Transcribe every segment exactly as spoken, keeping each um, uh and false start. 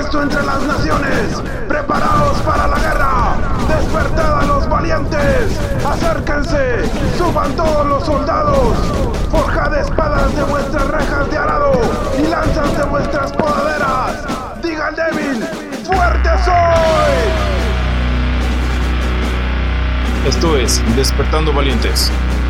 Cristo entre las naciones. Preparaos para la guerra. Despertad a los valientes. Acérquense. Suban todos los soldados. Forjad espadas de vuestras rejas de arado y lanzas de vuestras podaderas. Diga al débil, fuerte soy. Esto es Despertando Valientes.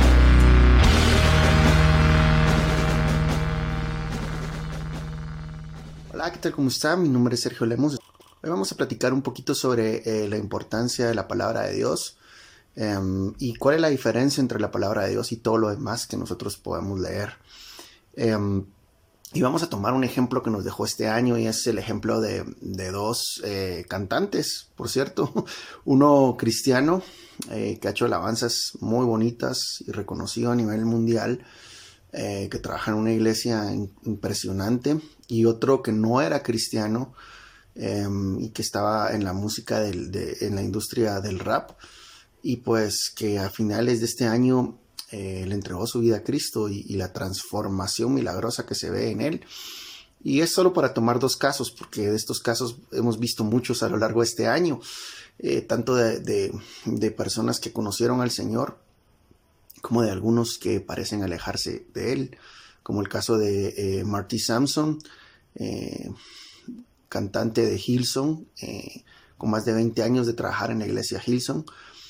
Hola, ¿qué tal? ¿Cómo están? Mi nombre es Sergio Lemos. Hoy vamos a platicar un poquito sobre eh, la importancia de la palabra de Dios eh, y cuál es la diferencia entre la palabra de Dios y todo lo demás que nosotros podemos leer. Eh, y vamos a tomar un ejemplo que nos dejó este año y es el ejemplo de, de dos eh, cantantes, por cierto. Uno cristiano eh, que ha hecho alabanzas muy bonitas y reconocido a nivel mundial, Eh, que trabaja en una iglesia impresionante, y otro que no era cristiano eh, y que estaba en la música, del, de, en la industria del rap, y pues que a finales de este año eh, le entregó su vida a Cristo y, y la transformación milagrosa que se ve en él. Y es solo para tomar dos casos, porque de estos casos hemos visto muchos a lo largo de este año, eh, tanto de, de, de personas que conocieron al Señor, como de algunos que parecen alejarse de él, como el caso de eh, Marty Sampson, eh, cantante de Hillsong, eh, con más de veinte años de trabajar en la iglesia Hillsong,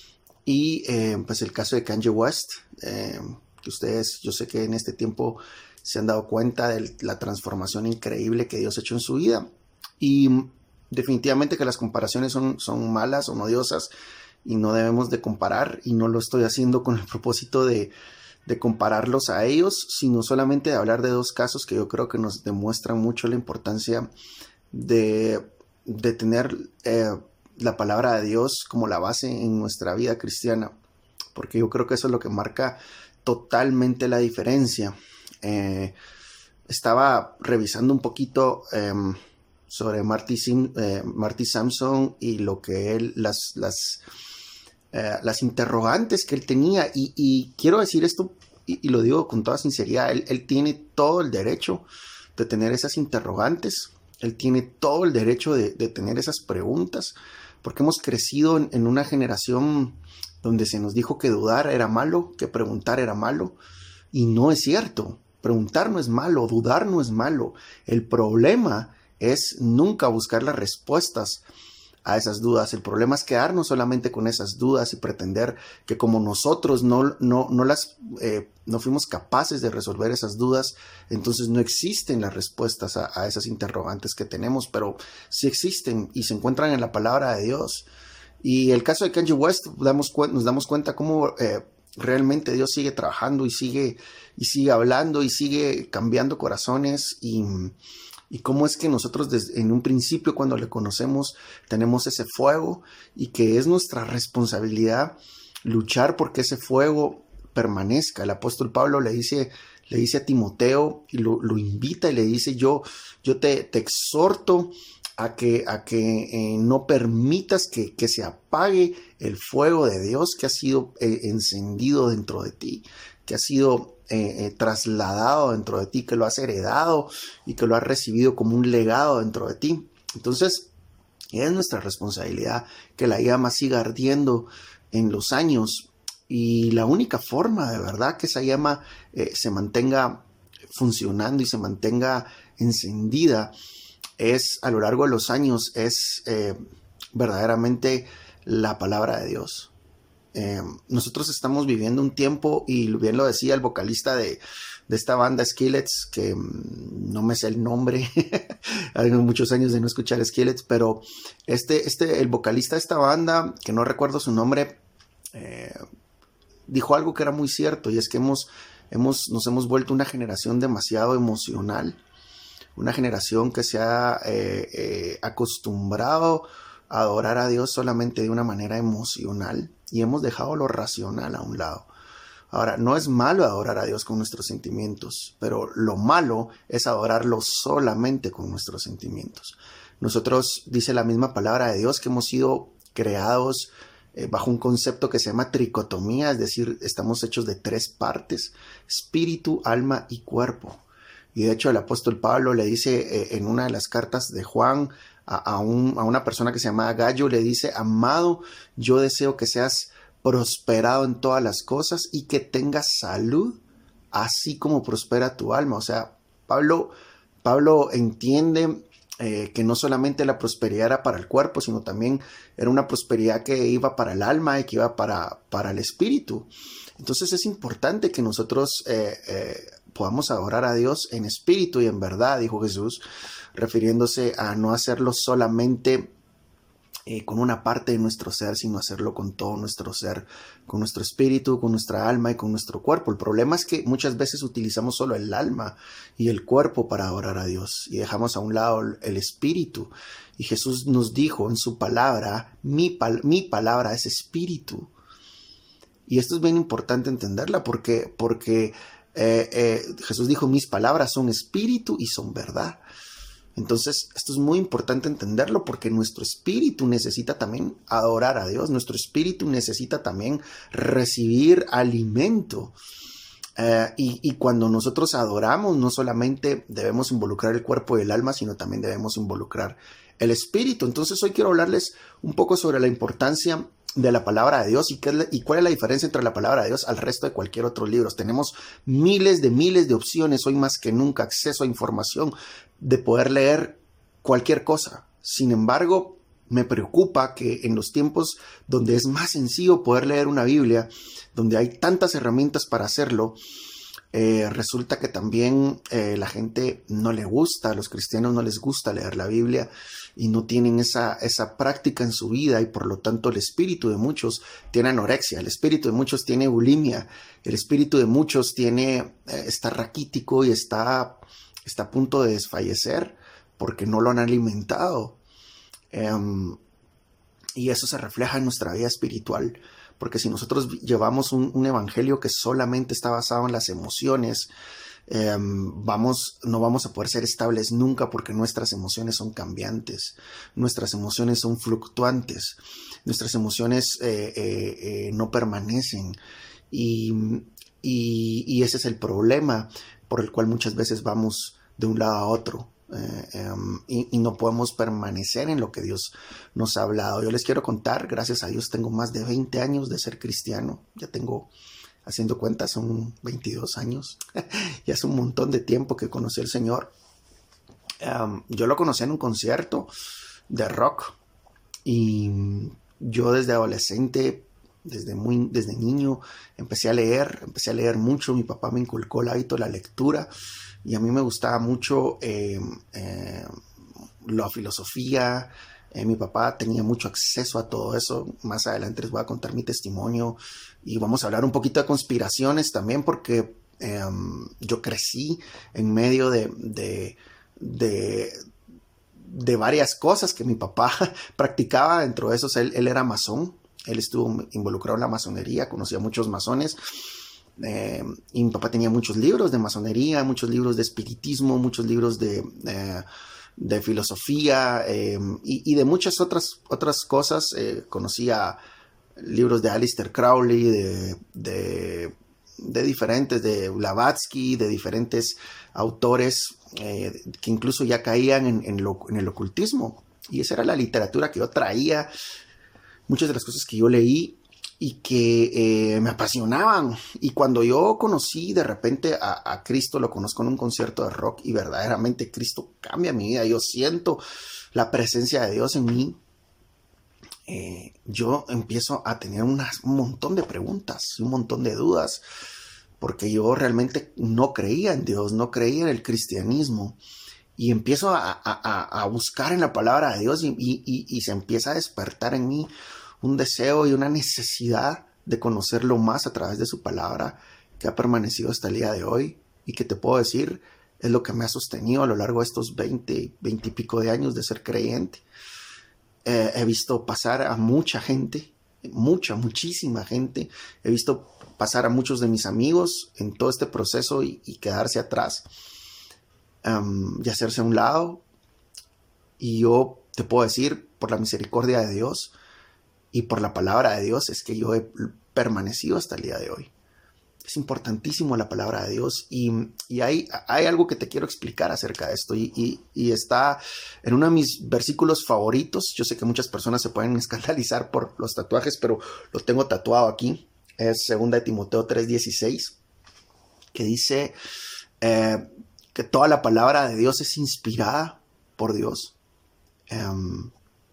y eh, pues el caso de Kanye West, eh, que ustedes, yo sé que en este tiempo se han dado cuenta de la transformación increíble que Dios ha hecho en su vida, y definitivamente que las comparaciones son, son malas, son odiosas, y no debemos de comparar, y no lo estoy haciendo con el propósito de, de compararlos a ellos, sino solamente de hablar de dos casos que yo creo que nos demuestran mucho la importancia de, de tener eh, la palabra de Dios como la base en nuestra vida cristiana, porque yo creo que eso es lo que marca totalmente la diferencia. Eh, estaba revisando un poquito eh, sobre Marty, Sim, eh, Marty Sampson y lo que él, las, las Eh, las interrogantes que él tenía, y, y quiero decir esto y, y lo digo con toda sinceridad, él, él tiene todo el derecho de tener esas interrogantes, él tiene todo el derecho de, de tener esas preguntas, porque hemos crecido en, en una generación donde se nos dijo que dudar era malo, que preguntar era malo, y no es cierto. Preguntar no es malo, dudar no es malo. El problema es nunca buscar las respuestas a esas dudas. El problema es quedarnos solamente con esas dudas y pretender que como nosotros no, no, no las eh, no fuimos capaces de resolver esas dudas, entonces no existen las respuestas a, a esas interrogantes que tenemos, pero sí existen y se encuentran en la palabra de Dios. Y el caso de Kanye West, damos, nos damos cuenta cómo eh, realmente Dios sigue trabajando y sigue, y sigue hablando y sigue cambiando corazones, y y cómo es que nosotros desde, en un principio, cuando le conocemos, tenemos ese fuego, y que es nuestra responsabilidad luchar porque ese fuego permanezca. El apóstol Pablo le dice, le dice a Timoteo, y lo, lo invita y le dice, yo, yo te, te exhorto a que, a que eh, no permitas que, que se apague el fuego de Dios que ha sido eh, encendido dentro de ti, que ha sido Eh, eh, trasladado dentro de ti, que lo has heredado y que lo has recibido como un legado dentro de ti. Entonces es nuestra responsabilidad que la llama siga ardiendo en los años, y la única forma de verdad que esa llama eh, se mantenga funcionando y se mantenga encendida es a lo largo de los años es eh, verdaderamente la palabra de Dios. Eh, nosotros estamos viviendo un tiempo, y bien lo decía el vocalista de, de esta banda Skillets, que mmm, no me sé el nombre, hay muchos años de no escuchar Skillets, pero este, este, el vocalista de esta banda, que no recuerdo su nombre, eh, dijo algo que era muy cierto, y es que hemos, hemos, nos hemos vuelto una generación demasiado emocional, una generación que se ha eh, eh, acostumbrado a adorar a Dios solamente de una manera emocional, y hemos dejado lo racional a un lado. Ahora, no es malo adorar a Dios con nuestros sentimientos, pero lo malo es adorarlo solamente con nuestros sentimientos. Nosotros, dice la misma palabra de Dios, que hemos sido creados eh, bajo un concepto que se llama tricotomía, es decir, estamos hechos de tres partes: espíritu, alma y cuerpo. Y de hecho el apóstol Pablo le dice eh, en una de las cartas de Juan a, a, un, a una persona que se llama Gallo, le dice: amado, yo deseo que seas prosperado en todas las cosas y que tengas salud, así como prospera tu alma. O sea, Pablo, Pablo entiende eh, que no solamente la prosperidad era para el cuerpo, sino también era una prosperidad que iba para el alma y que iba para, para el espíritu. Entonces es importante que nosotros eh, eh, podamos adorar a Dios en espíritu y en verdad, dijo Jesús, refiriéndose a no hacerlo solamente Eh, con una parte de nuestro ser, sino hacerlo con todo nuestro ser, con nuestro espíritu, con nuestra alma y con nuestro cuerpo. El problema es que muchas veces utilizamos solo el alma y el cuerpo para adorar a Dios y dejamos a un lado el espíritu. Y Jesús nos dijo en su palabra: mi, pal- mi palabra es espíritu. Y esto es bien importante entenderla porque, porque eh, eh, Jesús dijo: mis palabras son espíritu y son verdad. Entonces, esto es muy importante entenderlo porque nuestro espíritu necesita también adorar a Dios. Nuestro espíritu necesita también recibir alimento. Eh, y, y cuando nosotros adoramos, no solamente debemos involucrar el cuerpo y el alma, sino también debemos involucrar el espíritu. Entonces, hoy quiero hablarles un poco sobre la importancia de la palabra de Dios y, qué es la, y cuál es la diferencia entre la palabra de Dios al resto de cualquier otro libro. Tenemos miles de miles de opciones, hoy más que nunca, acceso a información de poder leer cualquier cosa. Sin embargo, me preocupa que en los tiempos donde es más sencillo poder leer una Biblia, donde hay tantas herramientas para hacerlo, eh, resulta que también eh, la gente no le gusta, a los cristianos no les gusta leer la Biblia y no tienen esa, esa práctica en su vida, y por lo tanto el espíritu de muchos tiene anorexia, el espíritu de muchos tiene bulimia, el espíritu de muchos tiene, eh, está raquítico y está, está a punto de desfallecer porque no lo han alimentado. Um, y eso se refleja en nuestra vida espiritual. Porque si nosotros llevamos un, un evangelio que solamente está basado en las emociones, eh, vamos, no vamos a poder ser estables nunca, porque nuestras emociones son cambiantes, nuestras emociones son fluctuantes, nuestras emociones eh, eh, eh, no permanecen. Y, y, y ese es el problema por el cual muchas veces vamos de un lado a otro. Eh, um, y, y no podemos permanecer en lo que Dios nos ha hablado. Yo les quiero contar, gracias a Dios tengo más de veinte años de ser cristiano. Ya tengo, haciendo cuentas, son veintidós años. Ya es un montón de tiempo que conocí al Señor. Um, yo lo conocí en un concierto de rock y yo desde adolescente, desde, muy, desde niño, empecé a leer, empecé a leer mucho. Mi papá me inculcó el hábito de la lectura. Y a mí me gustaba mucho eh, eh, la filosofía. Eh, mi papá tenía mucho acceso a todo eso. Más adelante les voy a contar mi testimonio. Y vamos a hablar un poquito de conspiraciones también, porque eh, yo crecí en medio de, de, de, de varias cosas que mi papá practicaba. Dentro de esos, él, él era masón. Él estuvo involucrado en la masonería, conocía a muchos masones. Eh, y mi papá tenía muchos libros de masonería, muchos libros de espiritismo, muchos libros de, eh, de filosofía eh, y, y de muchas otras, otras cosas. Eh, conocía libros de Aleister Crowley, de, de, de diferentes, de Blavatsky, de diferentes autores eh, que incluso ya caían en, en, lo, en el ocultismo. Y esa era la literatura que yo traía, muchas de las cosas que yo leí y que eh, me apasionaban. Y cuando yo conocí de repente a, a Cristo, lo conozco en un concierto de rock y verdaderamente Cristo cambia mi vida. Yo siento la presencia de Dios en mí. Eh, yo empiezo a tener unas, un montón de preguntas, un montón de dudas, porque yo realmente no creía en Dios, no creía en el cristianismo. Y empiezo a, a, a buscar en la palabra de Dios y, y, y, y se empieza a despertar en mí un deseo y una necesidad de conocerlo más a través de su palabra, que ha permanecido hasta el día de hoy y que te puedo decir es lo que me ha sostenido a lo largo de estos veinte, veinte y pico de años de ser creyente. Eh, he visto pasar a mucha gente, mucha, muchísima gente. He visto pasar a muchos de mis amigos en todo este proceso y, y quedarse atrás um, y hacerse a un lado. Y yo te puedo decir, por la misericordia de Dios y por la palabra de Dios, es que yo he permanecido hasta el día de hoy. Es importantísimo la palabra de Dios y, y hay, hay algo que te quiero explicar acerca de esto y, y, y está en uno de mis versículos favoritos. Yo sé que muchas personas se pueden escandalizar por los tatuajes, pero lo tengo tatuado aquí. Es segunda de Timoteo tres dieciséis, que dice eh, que toda la palabra de Dios es inspirada por Dios. Um,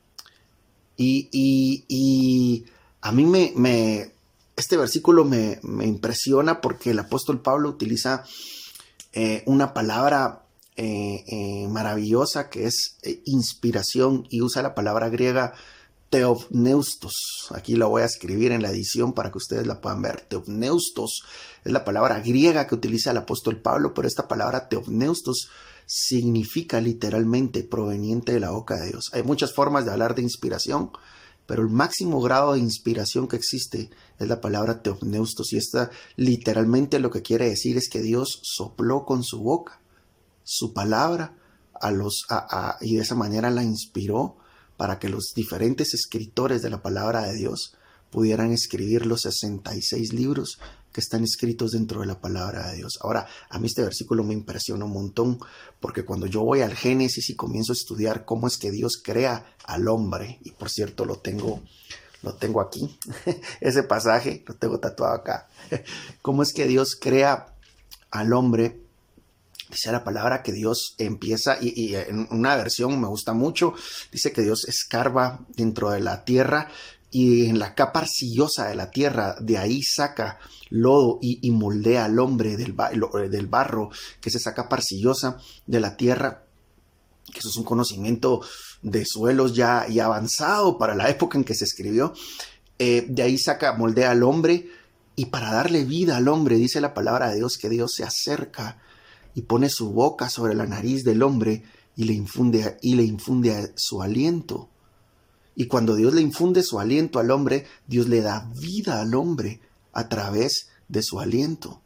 y, y, y a mí me... me Este versículo me, me impresiona porque el apóstol Pablo utiliza eh, una palabra eh, eh, maravillosa que es eh, inspiración, y usa la palabra griega theopneustos. Aquí la voy a escribir en la edición para que ustedes la puedan ver. Theopneustos es la palabra griega que utiliza el apóstol Pablo, pero esta palabra theopneustos significa literalmente proveniente de la boca de Dios. Hay muchas formas de hablar de inspiración, pero el máximo grado de inspiración que existe es la palabra theopneustos, y esta literalmente lo que quiere decir es que Dios sopló con su boca su palabra a los, a, a, y de esa manera la inspiró para que los diferentes escritores de la palabra de Dios pudieran escribir los sesenta y seis libros que están escritos dentro de la palabra de Dios. Ahora, a mí este versículo me impresiona un montón, porque cuando yo voy al Génesis y comienzo a estudiar cómo es que Dios crea al hombre, y por cierto lo tengo, lo tengo aquí, ese pasaje lo tengo tatuado acá, cómo es que Dios crea al hombre, dice la palabra que Dios empieza, y, y en una versión me gusta mucho, dice que Dios escarba dentro de la tierra, y en la capa arcillosa de la tierra, de ahí saca lodo y, y moldea al hombre del, del barro, que es esa capa arcillosa de la tierra, que eso es un conocimiento de suelos ya, ya avanzado para la época en que se escribió. Eh, de ahí saca, moldea al hombre, y para darle vida al hombre, dice la palabra de Dios que Dios se acerca y pone su boca sobre la nariz del hombre y le infunde, y le infunde su aliento. Y cuando Dios le infunde su aliento al hombre, Dios le da vida al hombre a través de su aliento.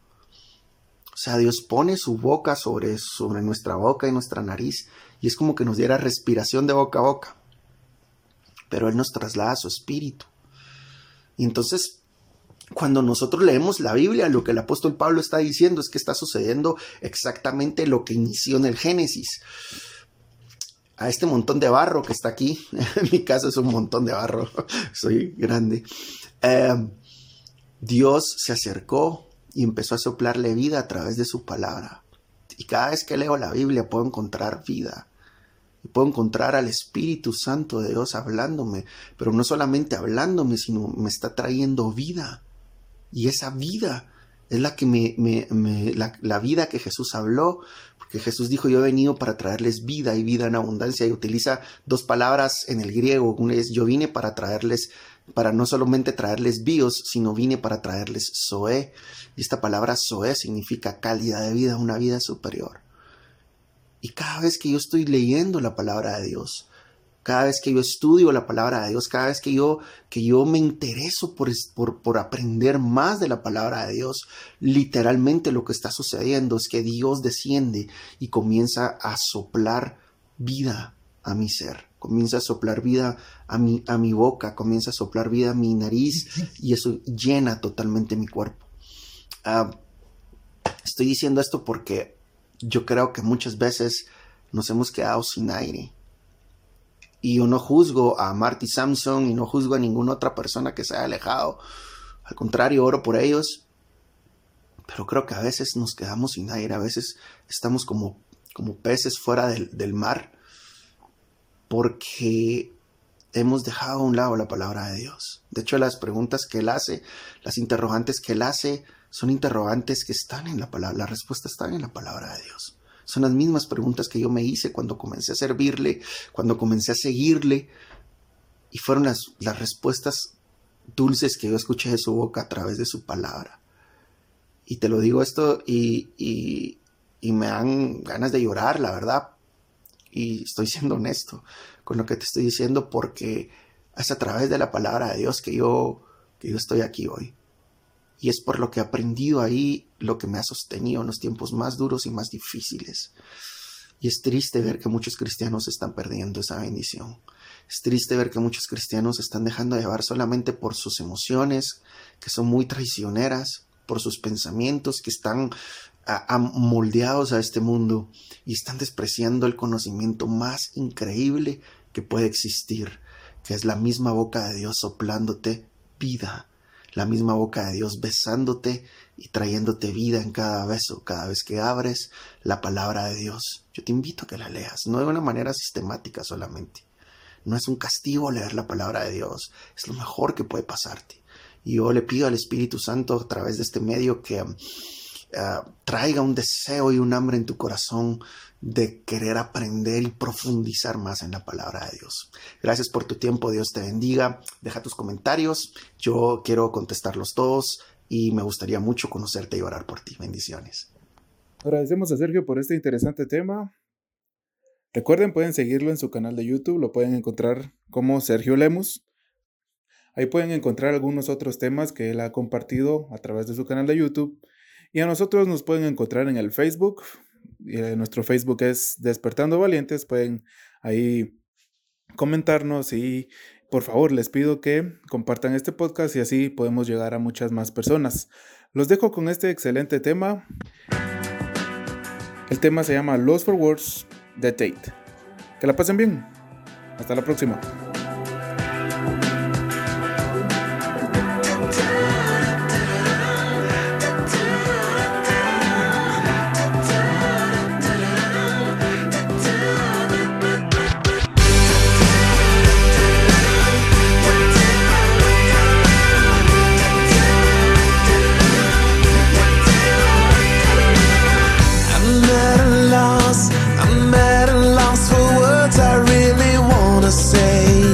O sea, Dios pone su boca sobre, sobre nuestra boca y nuestra nariz, y es como que nos diera respiración de boca a boca. Pero Él nos traslada su espíritu. Y entonces, cuando nosotros leemos la Biblia, lo que el apóstol Pablo está diciendo es que está sucediendo exactamente lo que inició en el Génesis. A este montón de barro que está aquí, en mi caso es un montón de barro, soy grande, eh, Dios se acercó y empezó a soplarle vida a través de su palabra. Y cada vez que leo la Biblia puedo encontrar vida, y puedo encontrar al Espíritu Santo de Dios hablándome, pero no solamente hablándome, sino me está trayendo vida. Y esa vida es la que me, me, me la, la vida que Jesús habló, porque Jesús dijo: yo he venido para traerles vida y vida en abundancia, y utiliza dos palabras en el griego. Una es: yo vine para traerles, para no solamente traerles bios, sino vine para traerles zoe, y esta palabra zoe significa calidad de vida, una vida superior. Y cada vez que yo estoy leyendo la palabra de Dios, cada vez que yo estudio la palabra de Dios, cada vez que yo, que yo me intereso por, por, por aprender más de la palabra de Dios, literalmente lo que está sucediendo es que Dios desciende y comienza a soplar vida a mi ser, comienza a soplar vida a mi, a mi boca, comienza a soplar vida a mi nariz, y eso llena totalmente mi cuerpo. Uh, estoy diciendo esto porque yo creo que muchas veces nos hemos quedado sin aire. Y yo no juzgo a Marty Sampson y no juzgo a ninguna otra persona que se haya alejado. Al contrario, oro por ellos. Pero creo que a veces nos quedamos sin aire. A veces estamos como, como peces fuera del, del mar, porque hemos dejado a un lado la palabra de Dios. De hecho, las preguntas que Él hace, las interrogantes que Él hace, son interrogantes que están en la palabra. La respuesta está en la palabra de Dios. Son las mismas preguntas que yo me hice cuando comencé a servirle, cuando comencé a seguirle. Y fueron las, las respuestas dulces que yo escuché de su boca a través de su palabra. Y te lo digo esto y, y, y me dan ganas de llorar, la verdad. Y estoy siendo honesto con lo que te estoy diciendo, porque es a través de la palabra de Dios que yo, que yo estoy aquí hoy. Y es por lo que he aprendido ahí, lo que me ha sostenido en los tiempos más duros y más difíciles. Y es triste ver que muchos cristianos están perdiendo esa bendición. Es triste ver que muchos cristianos están dejando de llevar solamente por sus emociones, que son muy traicioneras. por sus pensamientos que están a, a moldeados a este mundo y están despreciando el conocimiento más increíble que puede existir, que es la misma boca de Dios soplándote vida, la misma boca de Dios besándote y trayéndote vida en cada beso, cada vez que abres la palabra de Dios. Yo te invito a que la leas, no de una manera sistemática solamente. No es un castigo leer la palabra de Dios, es lo mejor que puede pasarte. Y yo le pido al Espíritu Santo a través de este medio que uh, traiga un deseo y un hambre en tu corazón de querer aprender y profundizar más en la palabra de Dios. Gracias por tu tiempo, Dios te bendiga. Deja tus comentarios, yo quiero contestarlos todos y me gustaría mucho conocerte y orar por ti. Bendiciones. Agradecemos a Sergio por este interesante tema. Recuerden, pueden seguirlo en su canal de YouTube, lo pueden encontrar como Sergio Lemus. Ahí pueden encontrar algunos otros temas que él ha compartido a través de su canal de YouTube. Y a nosotros nos pueden encontrar en el Facebook. Eh, nuestro Facebook es Despertando Valientes. Pueden ahí comentarnos y por favor les pido que compartan este podcast y así podemos llegar a muchas más personas. Los dejo con este excelente tema. El tema se llama Lost for Words de Tate. Que la pasen bien. Hasta la próxima. Say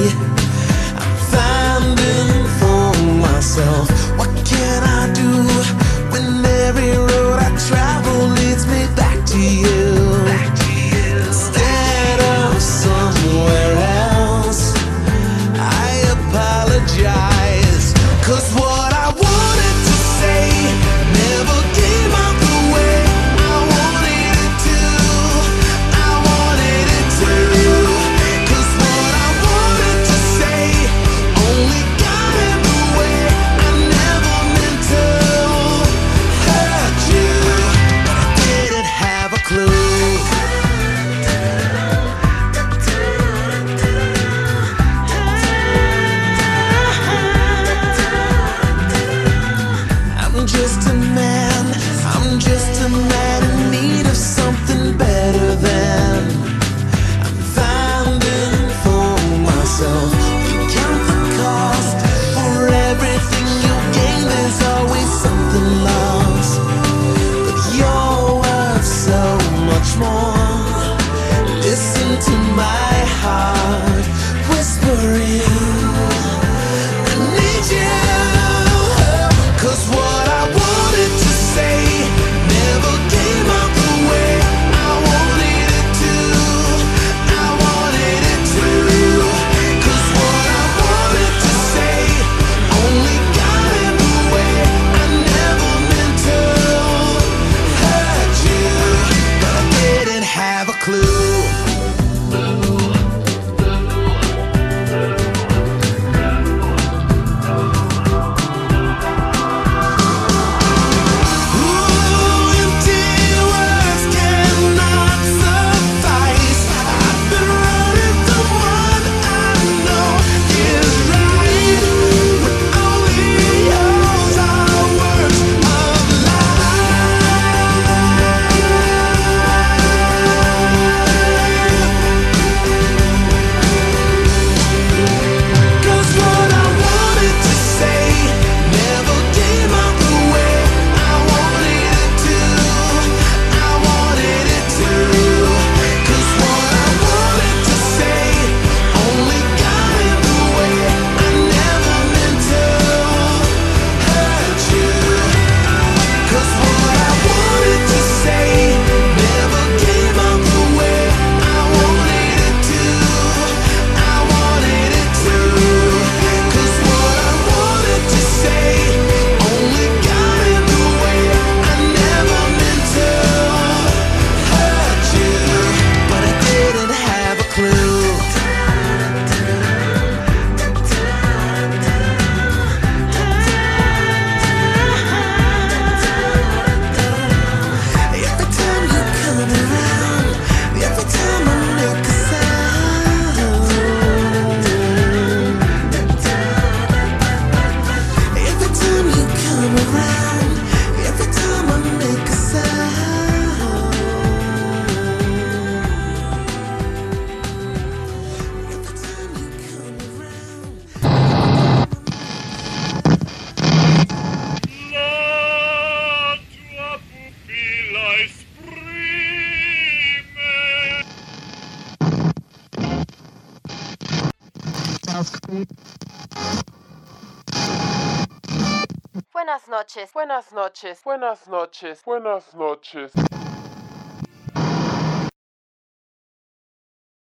Buenas noches. Buenas noches. Buenas noches. Buenas noches.